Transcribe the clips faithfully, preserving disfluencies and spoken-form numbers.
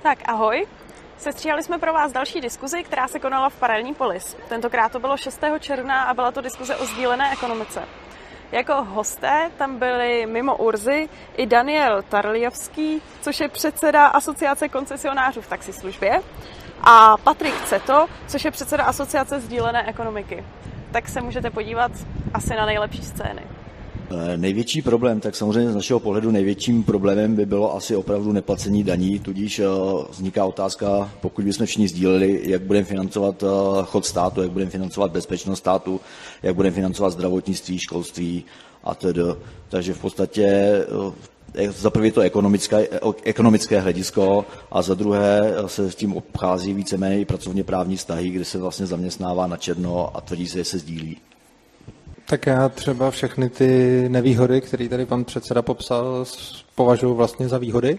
Tak ahoj, sestříhali jsme pro vás další diskuzi, která se konala v Paralelní polis. Tentokrát to bylo šestého června a byla to diskuze o sdílené ekonomice. Jako hosté tam byli mimo Urzy i Daniel Tarlijovský, což je předseda Asociace koncesionářů v taxislužbě, a Patrik Ceto, což je předseda Asociace sdílené ekonomiky. Tak se můžete podívat asi na nejlepší scény. Největší problém, tak samozřejmě z našeho pohledu největším problémem by bylo asi opravdu neplacení daní, tudíž vzniká otázka, pokud bychom všichni sdíleli, jak budeme financovat chod státu, jak budeme financovat bezpečnost státu, jak budeme financovat zdravotnictví, školství a tedy. Takže v podstatě za prvé to ekonomické, ekonomické hledisko a za druhé se s tím obchází víceméně i pracovně právní vztahy, kde se vlastně zaměstnává na černo a tvrdí se, že se sdílí. Tak já třeba všechny ty nevýhody, které tady pan předseda popsal, považuji vlastně za výhody.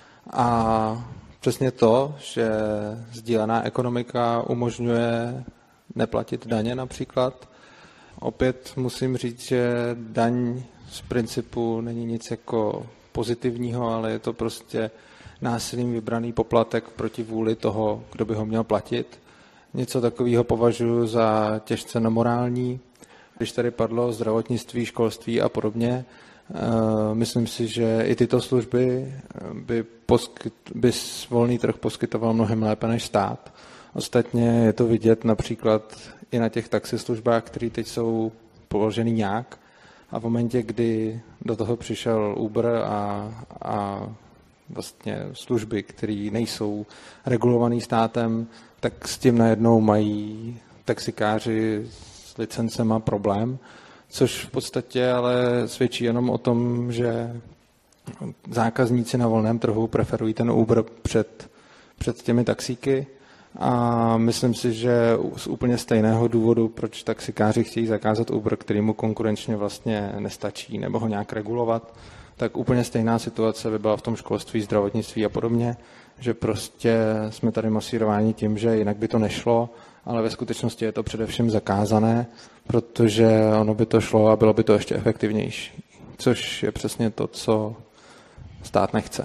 A přesně to, že sdílená ekonomika umožňuje neplatit daně například. Opět musím říct, že daň z principu není nic jako pozitivního, ale je to prostě násilím vybraný poplatek proti vůli toho, kdo by ho měl platit. Něco takového považuji za těžce nemorální. Když tady padlo zdravotnictví, školství a podobně, myslím si, že i tyto služby by, poskyt, by volný trh poskytoval mnohem lépe než stát. Ostatně je to vidět například i na těch taxislužbách, které teď jsou položeny nějak. A v momentě, kdy do toho přišel Uber a, a vlastně služby, které nejsou regulované státem, tak s tím najednou mají taxikáři s licencema problém, což v podstatě ale svědčí jenom o tom, že zákazníci na volném trhu preferují ten Uber před, před těmi taxíky. A myslím si, že z úplně stejného důvodu, proč taxikáři chtějí zakázat Uber, který mu konkurenčně vlastně nestačí, nebo ho nějak regulovat, tak úplně stejná situace by byla v tom školství, zdravotnictví a podobně, že prostě jsme tady masírováni tím, že jinak by to nešlo, ale ve skutečnosti je to především zakázané, protože ono by to šlo a bylo by to ještě efektivnější, což je přesně to, co stát nechce.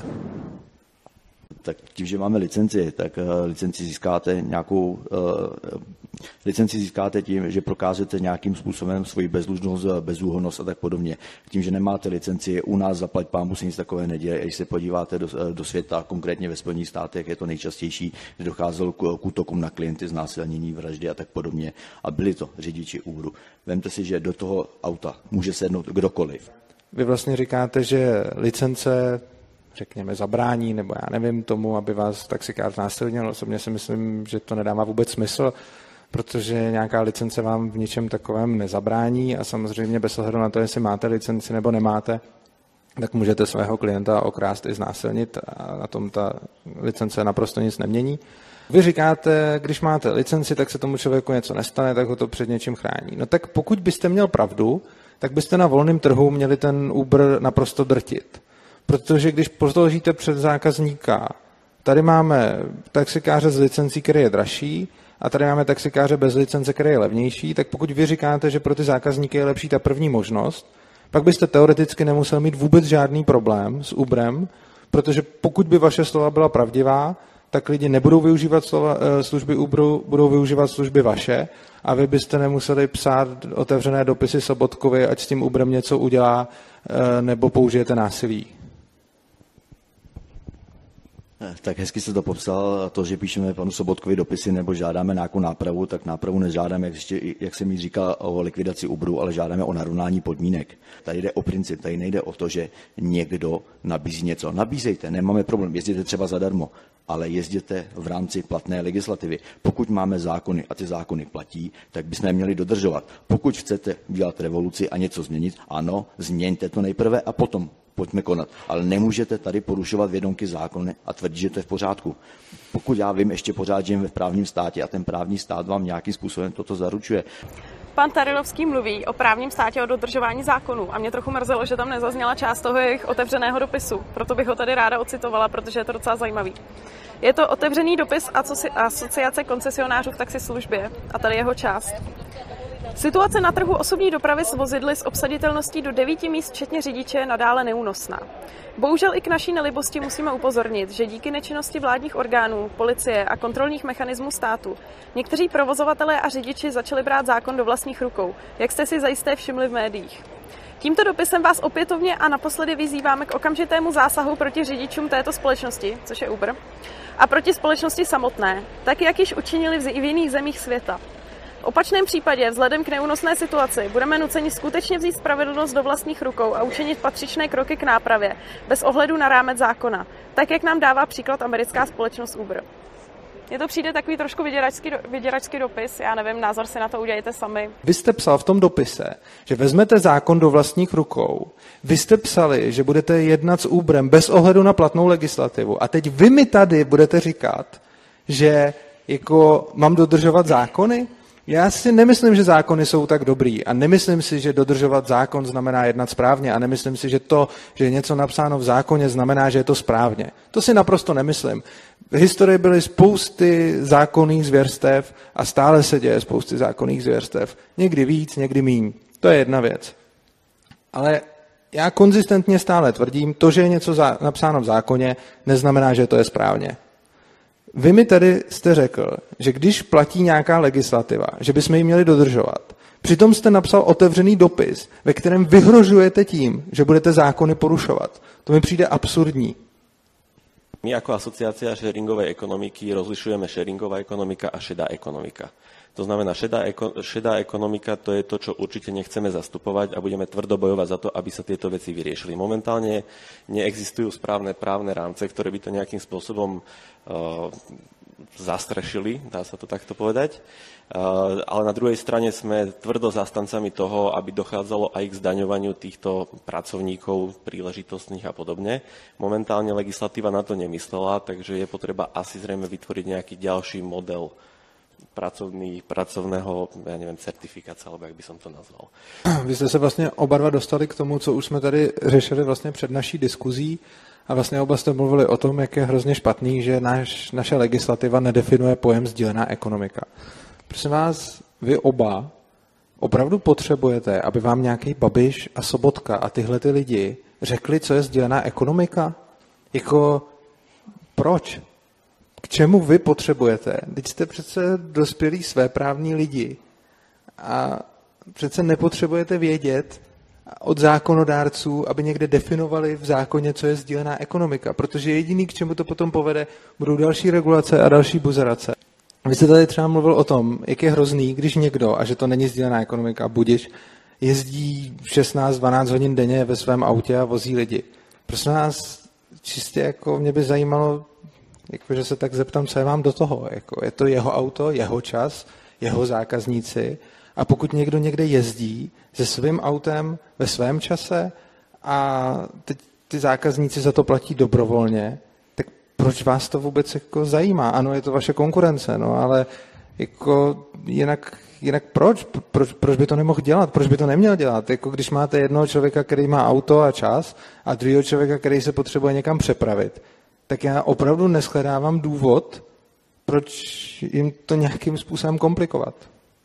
Tak tím, že máme licenci, tak uh, licenci získáte nějakou uh, licenci získáte tím, že prokážete nějakým způsobem svoji bezdlužnost, bezúhonnost a tak podobně. Tím, že nemáte licenci, u nás zaplať pánbůh se nic takové neděje. Když se podíváte do, do světa, konkrétně ve Spojených státech, je to nejčastější, že docházelo k, k útokům na klienty, znásilnění, vraždy a tak podobně. A byli to řidiči Uberu. Vemte si, že do toho auta může sednout kdokoliv. Vy vlastně říkáte, že licence, řekněme, zabrání, nebo já nevím tomu, aby vás taxikář násilnil. Osobně si myslím, že to nedává vůbec smysl, protože nějaká licence vám v ničem takovém nezabrání a samozřejmě bez ohledu na to, jestli máte licenci nebo nemáte, tak můžete svého klienta okrást i znásilnit a na tom ta licence naprosto nic nemění. Vy říkáte, když máte licenci, tak se tomu člověku něco nestane, tak ho to před něčím chrání. No tak pokud byste měl pravdu, tak byste na volném trhu měli ten Uber naprosto drtit. Protože když položíte před zákazníka, tady máme taxikáře s licencí, který je dražší, a tady máme taxikáře bez licence, který je levnější, tak pokud vy říkáte, že pro ty zákazníky je lepší ta první možnost, pak byste teoreticky nemusel mít vůbec žádný problém s Uberem, protože pokud by vaše slova byla pravdivá, tak lidi nebudou využívat slova, služby Uberu, budou využívat služby vaše a vy byste nemuseli psát otevřené dopisy Sobotkovi, ať s tím Uberem něco udělá, nebo použijete násilí. Tak hezky jste to popsal, to, že píšeme panu Sobotkovi dopisy nebo žádáme nějakou nápravu, tak nápravu nežádáme, jak, ještě, jak jsem mi říkal, o likvidaci Uberu, ale žádáme o narovnání podmínek. Tady jde o princip, tady nejde o to, že někdo nabízí něco. Nabízejte, nemáme problém, jezděte třeba zadarmo, ale jezděte v rámci platné legislativy. Pokud máme zákony a ty zákony platí, tak bychom je měli dodržovat. Pokud chcete dělat revoluci a něco změnit, ano, změňte to nejprve a potom pojďme konat. Ale nemůžete tady porušovat vědomky zákony a tvrdit, že to je v pořádku. Pokud já vím, ještě pořád žijeme v právním státě a ten právní stát vám nějakým způsobem toto zaručuje. Pan Tarilovský mluví o právním státě, o dodržování zákonů a mě trochu mrzelo, že tam nezazněla část toho jejich otevřeného dopisu. Proto bych ho tady ráda ocitovala, protože je to docela zajímavý. Je to otevřený dopis Asociace koncesionářů v taxislužbě a tady jeho část. Situace na trhu osobní dopravy s vozidly s obsaditelností do devíti míst včetně řidiče je nadále neúnosná. Bohužel i k naší nelibosti musíme upozornit, že díky nečinnosti vládních orgánů, policie a kontrolních mechanismů státu někteří provozovatelé a řidiči začali brát zákon do vlastních rukou, jak jste si zajisté všimli v médiích. Tímto dopisem vás opětovně a naposledy vyzýváme k okamžitému zásahu proti řidičům této společnosti, což je Uber, a proti společnosti samotné, tak jak již učinili v jiných zemích světa. V opačném případě, vzhledem k neúnosné situaci, budeme nuceni skutečně vzít spravedlnost do vlastních rukou a učinit patřičné kroky k nápravě, bez ohledu na rámec zákona, tak jak nám dává příklad americká společnost Uber. Mně to přijde takový trošku vyděračský, vyděračský dopis, já nevím, názor si na to udělejte sami. Vy jste psal v tom dopise, že vezmete zákon do vlastních rukou, vy jste psali, že budete jednat s Uberem bez ohledu na platnou legislativu a teď vy mi tady budete říkat, že jako mám dodržovat zákony? Já si nemyslím, že zákony jsou tak dobrý a nemyslím si, že dodržovat zákon znamená jednat správně a nemyslím si, že to, že je něco napsáno v zákoně, znamená, že je to správně. To si naprosto nemyslím. V historii byly spousty zákonných zvěrstev a stále se děje spousty zákonných zvěrstev. Někdy víc, někdy míň. To je jedna věc. Ale já konzistentně stále tvrdím, to, že je něco napsáno v zákoně, neznamená, že to je správně. Vy mi tady jste řekl, že když platí nějaká legislativa, že bychom ji měli dodržovat. Přitom jste napsal otevřený dopis, ve kterém vyhrožujete tím, že budete zákony porušovat. To mi přijde absurdní. My ako asociácia sharingovej ekonomiky rozlišujeme sharingová ekonomika a šedá ekonomika. To znamená, šedá, eko, šedá ekonomika to je to, čo určite nechceme zastupovať a budeme tvrdo bojovať za to, aby sa tieto veci vyriešili. Momentálne neexistujú správne právne rámce, ktoré by to nejakým spôsobom uh, zastrešili, dá sa to takto povedať. Uh, ale na druhej strane sme tvrdo zastancami toho, aby dochádzalo aj k zdaňovaniu týchto pracovníkov príležitostných a podobne. Momentálne legislatíva na to nemyslela, takže je potreba asi zrejme vytvoriť nejaký ďalší model pracovný, pracovného, já nevím, certifikace, alebo jak by som to nazval. Vy jste se vlastně oba dva dostali k tomu, co už jsme tady řešili vlastně před naší diskuzí a vlastně oba jste mluvili o tom, jak je hrozně špatný, že naš, naše legislativa nedefinuje pojem sdílená ekonomika. Prosím vás, vy oba opravdu potřebujete, aby vám nějaký Babiš a Sobotka a tyhle ty lidi řekli, co je sdílená ekonomika? Jako, proč? K čemu vy potřebujete? Teď jste přece dospělí svéprávní lidi a přece nepotřebujete vědět od zákonodárců, aby někde definovali v zákoně, co je sdílená ekonomika, protože jediný, k čemu to potom povede, budou další regulace a další buzerace. Vy jste tady třeba mluvil o tom, jak je hrozný, když někdo, a že to není sdílená ekonomika, budiš, jezdí šestnáct dvanáct hodin denně ve svém autě a vozí lidi. Prosím nás, čistě jako mě by zajímalo, jakože se tak zeptám, co je vám do toho. Jako, je to jeho auto, jeho čas, jeho zákazníci a pokud někdo někde jezdí se svým autem ve svém čase a teď ty zákazníci za to platí dobrovolně, tak proč vás to vůbec jako zajímá? Ano, je to vaše konkurence, no, ale jako jinak, jinak proč? proč? Proč by to nemohl dělat? Proč by to neměl dělat? Jako když máte jednoho člověka, který má auto a čas a druhého člověka, který se potřebuje někam přepravit, tak já opravdu neshledávám důvod, proč jim to nějakým způsobem komplikovat.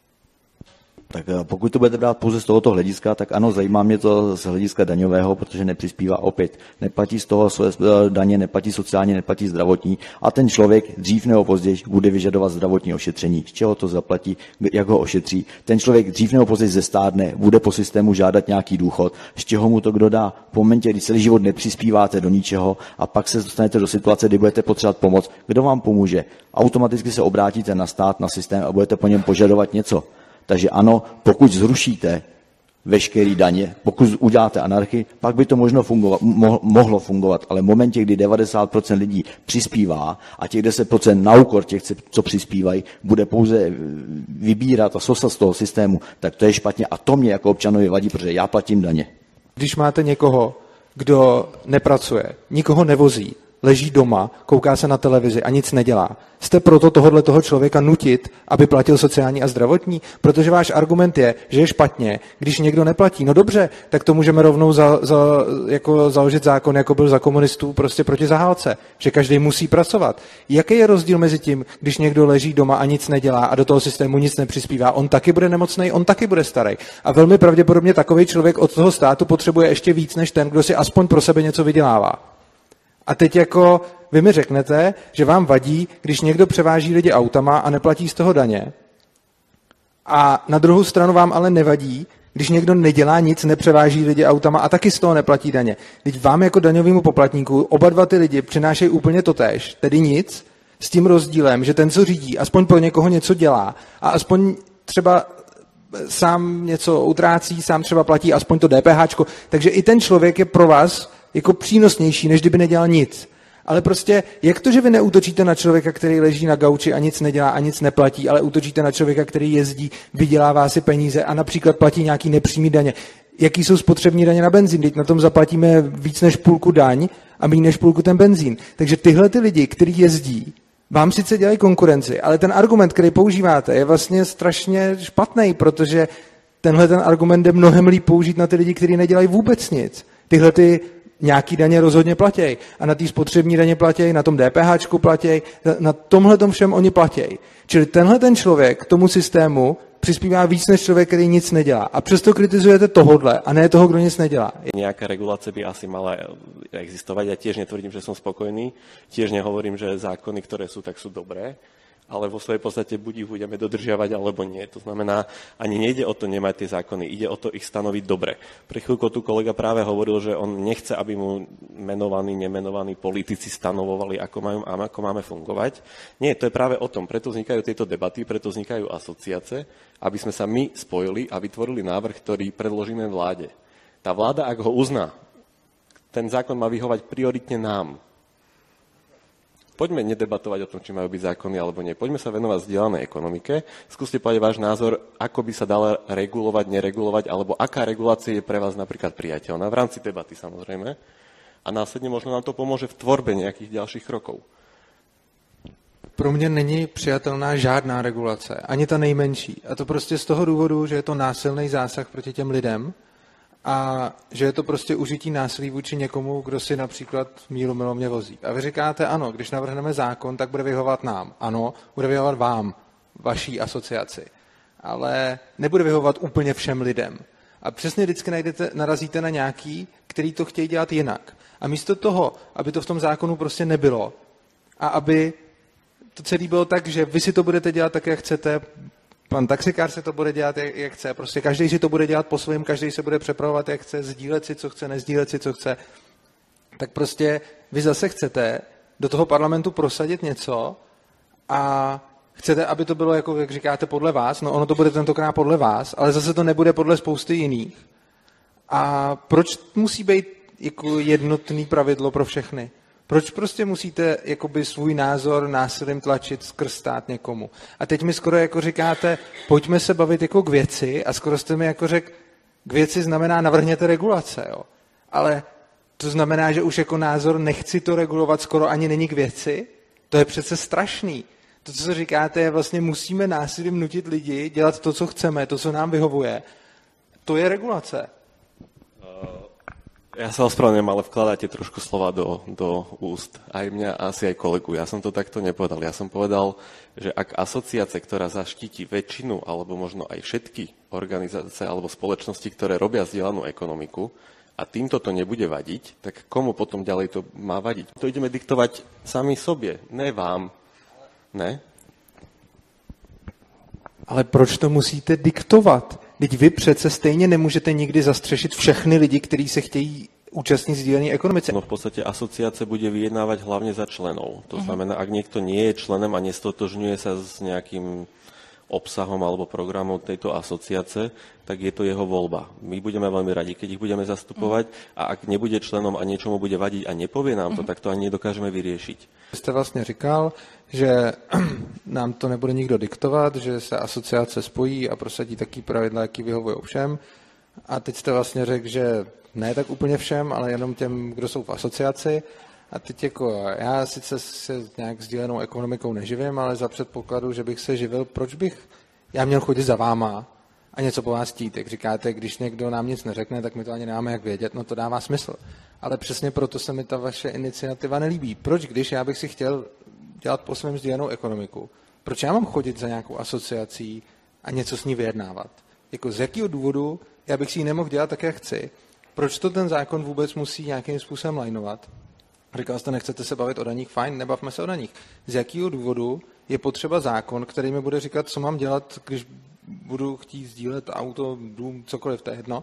Tak pokud to budete brát pouze z tohoto hlediska, tak ano, zajímá mě to z hlediska daňového, protože nepřispívá opět. Neplatí z toho své daně, neplatí sociálně, neplatí zdravotní a ten člověk dřív nebo později bude vyžadovat zdravotní ošetření. Z čeho to zaplatí, jak ho ošetří. Ten člověk dřív nebo později zestárne, bude po systému žádat nějaký důchod, z čeho mu to kdo dá. V momentě, kdy celý život nepřispíváte do ničeho a pak se dostanete do situace, kdy budete potřebovat pomoc, kdo vám pomůže? Automaticky se obrátíte na stát, na systém a budete po něm požadovat něco. Takže ano, pokud zrušíte veškeré daně, pokud uděláte anarchii, pak by to možno fungovat, mo- mohlo fungovat, ale v momentě, kdy devadesát procent lidí přispívá a těch deset procent na úkor těch, co přispívají, bude pouze vybírat a sosat z toho systému, tak to je špatně a to mě jako občanovi vadí, protože já platím daně. Když máte někoho, kdo nepracuje, nikoho nevozí, leží doma, kouká se na televizi a nic nedělá. Jste proto tohohle toho člověka nutit, aby platil sociální a zdravotní? Protože váš argument je, že je špatně, když někdo neplatí. No dobře, tak to můžeme rovnou za, za, jako založit zákon, jako byl za komunistů, prostě proti Zahálce, že každý musí pracovat. Jaký je rozdíl mezi tím, když někdo leží doma a nic nedělá a do toho systému nic nepřispívá? On taky bude nemocný, on taky bude starý. A velmi pravděpodobně takový člověk od toho státu potřebuje ještě víc než ten, kdo si aspoň pro sebe něco vydělává. A teď jako vy mi řeknete, že vám vadí, když někdo převáží lidi autama a neplatí z toho daně. A na druhou stranu vám ale nevadí, když někdo nedělá nic, nepřeváží lidi autama a taky z toho neplatí daně. Teď vám jako daňovému poplatníku oba dva ty lidi přinášejí úplně totéž, tedy nic, s tím rozdílem, že ten, co řídí, aspoň pro někoho něco dělá a aspoň třeba sám něco utrácí, sám třeba platí aspoň to DPHčko, takže i ten člověk je pro vás jako přínosnější, než kdyby nedělal nic. Ale prostě, jak to, že vy neútočíte na člověka, který leží na gauči a nic nedělá a nic neplatí, ale útočíte na člověka, který jezdí, vydělává si peníze a například platí nějaký nepřímý daně. Jaký jsou spotřební daně na benzín? Teď na tom zaplatíme víc než půlku daň a méně než půlku ten benzín. Takže tyhle ty lidi, kteří jezdí, vám sice dělají konkurenci, ale ten argument, který používáte, je vlastně strašně špatný, protože tenhle ten argument jde mnohem líp použít na ty lidi, kteří nedělají vůbec nic. Tyhle ty nějaký daně rozhodně platěj. A na té spotřební daně platěj, na tom DPHčku platěj, na tomhle tom všem oni platěj. Čili tenhle ten člověk tomu systému přispívá víc než člověk, který nic nedělá. A přesto kritizujete tohodle a ne toho, kdo nic nedělá. Nejaká regulácia by asi mala existovať. Ja tiež netvrdím, že som spokojný. Tiež nehovorím, že zákony, ktoré sú, tak sú dobré. Ale vo svojej podstate buď ich budeme dodržiavať, alebo nie. To znamená, ani nejde o to nemať tie zákony, ide o to ich stanoviť dobre. Pre chvíľku tu kolega práve hovoril, že on nechce, aby mu menovaní, nemenovaní politici stanovovali, ako, majú, ako máme fungovať. Nie, to je práve o tom. Preto vznikajú tieto debaty, preto vznikajú asociace, aby sme sa my spojili a vytvorili návrh, ktorý predložíme vláde. Tá vláda, ak ho uzná, ten zákon má vyhovať prioritne nám. Poďme nedebatovať o tom, či majú byť zákony alebo nie. Poďme sa venovať zdieľanej ekonomike. Skúste povedať váš názor, ako by sa dala regulovať, neregulovať, alebo aká regulácia je pre vás napríklad priateľná, v rámci debaty samozrejme. A následne možno nám to pomôže v tvorbe nejakých ďalších krokov. Pro mě není přijatelná žádná regulace, ani ta nejmenší. A to prostě z toho důvodu, že je to násilný zásah proti těm lidem, a že je to prostě užití násilí vůči někomu, kdo si například mírumilovně vozí. A vy říkáte, ano, když navrhneme zákon, tak bude vyhovovat nám. Ano, bude vyhovovat vám, vaší asociaci. Ale nebude vyhovovat úplně všem lidem. A přesně vždycky najdete, narazíte na nějaký, který to chtějí dělat jinak. A místo toho, aby to v tom zákonu prostě nebylo a aby to celé bylo tak, že vy si to budete dělat tak, jak chcete, pan taxikář se to bude dělat, jak, jak chce. Prostě každý si to bude dělat po svém, každý se bude přepravovat, jak chce, sdílet si, co chce, nezdílet si, co chce. Tak prostě vy zase chcete do toho parlamentu prosadit něco a chcete, aby to bylo, jako jak říkáte, podle vás. No ono to bude tentokrát podle vás, ale zase to nebude podle spousty jiných. A proč musí být jako jednotný pravidlo pro všechny? Proč prostě musíte jakoby svůj názor násilím tlačit skrz stát někomu? A teď mi skoro jako říkáte, pojďme se bavit jako k věci a skoro jste mi jako řekl, k věci znamená navrhněte regulace, jo. Ale to znamená, že už jako názor nechci to regulovat, skoro ani není k věci? To je přece strašný. To, co říkáte, je vlastně musíme násilím nutit lidi dělat to, co chceme, to, co nám vyhovuje. To je regulace. Ja sa ospravedlňujem, ale vkladáte trošku slova do, do úst. Aj mňa, asi aj kolegu. Ja som to takto nepovedal. Ja som povedal, že ak asociácia, ktorá zaštíti väčšinu, alebo možno aj všetky organizácie alebo spoločnosti, ktoré robia zdieľanú ekonomiku, a týmto to nebude vadiť, tak komu potom ďalej to má vadiť? To ideme diktovať sami sobě, ne vám. Ne? Ale proč to musíte diktovat? Teď vy přece stejně nemůžete nikdy zastřešit všechny lidi, kteří se chtějí účastnit sdílené ekonomice. No v podstate asociácia bude vyjednávať hlavne za členov. To znamená, ak niekto nie je členem a nestotožňuje sa s nejakým obsahom alebo programom tejto asociace, tak je to jeho voľba. My budeme veľmi radi, keď ich budeme zastupovať a ak nebude členom a niečomu bude vadiť a nepovie nám to, tak to ani nedokážeme vyriešiť. Jste vlastně říkal, že nám to nebude nikdo diktovat, že se asociace spojí a prosadí taký pravidla, jaký vyhovují všem. A teď jste vlastně řekl, že ne tak úplně všem, ale jenom těm, kdo jsou v asociaci. A teď jako, já sice se nějak sdílenou ekonomikou neživím, ale za předpokladu, že bych se živil, proč bych já měl chodit za váma a něco po vás chtít. Jak říkáte, když někdo nám nic neřekne, tak my to ani nemáme jak vědět, no to dává smysl. Ale přesně proto se mi ta vaše iniciativa nelíbí. Proč, když já bych si chtěl dělat po svém sdílenou ekonomiku, proč já mám chodit za nějakou asociací a něco s ní vyjednávat? Jako z jakého důvodu já bych si ji nemohl dělat tak, jak chci? Proč to ten zákon vůbec musí nějakým způsobem lajnovat? Říkal jste, nechcete se bavit o daních, fajn, nebavme se o daních. Z jakého důvodu je potřeba zákon, který mi bude říkat, co mám dělat, když budu chtít sdílet auto, dům, cokoliv, to je jedno.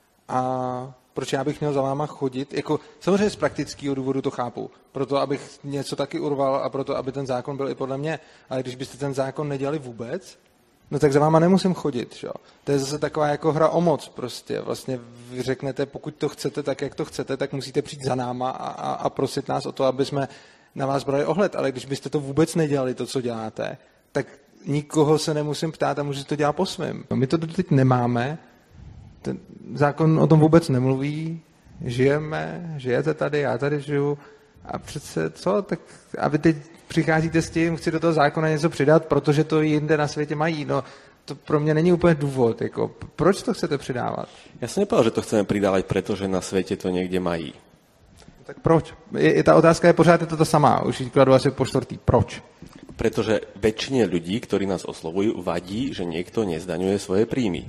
A proč já bych měl za váma chodit? Jako, samozřejmě z praktického důvodu to chápu. Proto, abych něco taky urval a proto, aby ten zákon byl i podle mě. Ale když byste ten zákon nedělali vůbec, no tak za váma nemusím chodit. Že? To je zase taková jako hra o moc prostě. Vlastně vy řeknete, pokud to chcete tak, jak to chcete, tak musíte přijít za náma a, a, a prosit nás o to, aby jsme na vás brali ohled. Ale když byste to vůbec nedělali, to, co děláte, tak nikoho se nemusím ptát a můžete to dělat po svém. My to teď nemáme, ten zákon o tom vůbec nemluví, žijeme, žijete tady, já tady žiju a přece co, tak a vy teď přicházíte s tím, chci do toho zákona něco přidat, protože to jinde na světě mají, no to pro mě není úplně důvod, jako proč to chcete přidávat? Ja som nepovedal, že to chceme pridávať, pretože na svete to niekde mají. Tak proč? Je, je, ta otázka je pořád je to ta samá, už ji kladu asi po čtvrtý. Proč? Pretože väčšine ľudí, ktorí nás oslovujú, vadí, že niekto nezdaňuje svoje príjmy.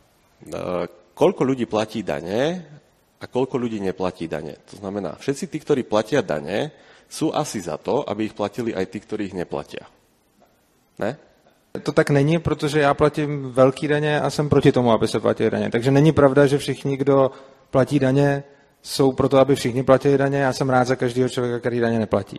Koľko ľudí platí dane a koľko ľudí neplatí dane. To znamená, všetci tí, ktorí platia dane, sú asi za to, aby ich platili aj tí, ktorí ich neplatia. Ne? To tak není, protože já platím velký daně a jsem proti tomu, aby se platili daně. Takže není pravda, že všichni, kdo platí daně, jsou proto, aby všichni platili daně. Já jsem rád za každého člověka, který daně neplatí.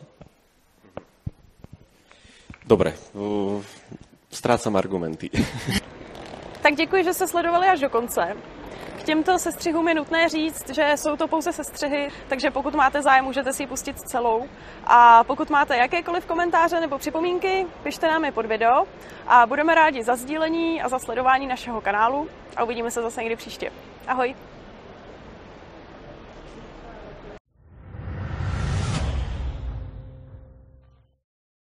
Dobre, ztrácam argumenty. Tak děkuji, že jste sledovali až do konce. K těmto sestřihům je nutné říct, že jsou to pouze sestřihy, takže pokud máte zájem, můžete si ji pustit celou. A pokud máte jakékoliv komentáře nebo připomínky, pište nám je pod video a budeme rádi za sdílení a za sledování našeho kanálu a uvidíme se zase někdy příště. Ahoj!